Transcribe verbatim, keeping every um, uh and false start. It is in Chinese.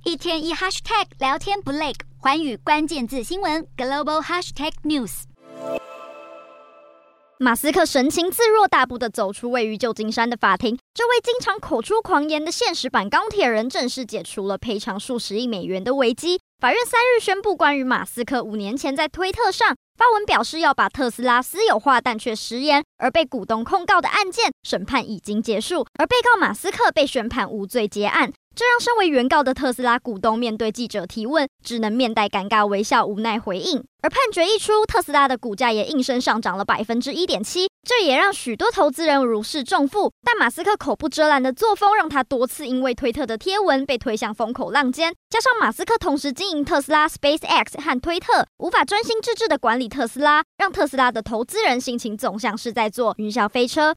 一天一 hashtag 聊天不累，寰宇关键字新闻 global hashtag news。 马斯克神情自若，大步地走出位于旧金山的法庭。这位经常口出狂言的现实版钢铁人，正式解除了赔偿数十亿美元的危机。法院三日宣布，关于马斯克五年前在推特上发文表示要把特斯拉私有化，但却食言，而被股东控告的案件审判已经结束，而被告马斯克被宣判无罪结案。这让身为原告的特斯拉股东面对记者提问，只能面带尴尬微笑，无奈回应。而判决一出，特斯拉的股价也应声上涨了 百分之一点七， 这也让许多投资人如释重负。但马斯克口不遮拦的作风，让他多次因为推特的贴文被推向风口浪尖。加上马斯克同时经营特斯拉、SpaceX 和推特，无法专心致志的管理特斯拉，让特斯拉的投资人心情总像是在坐云霄飞车。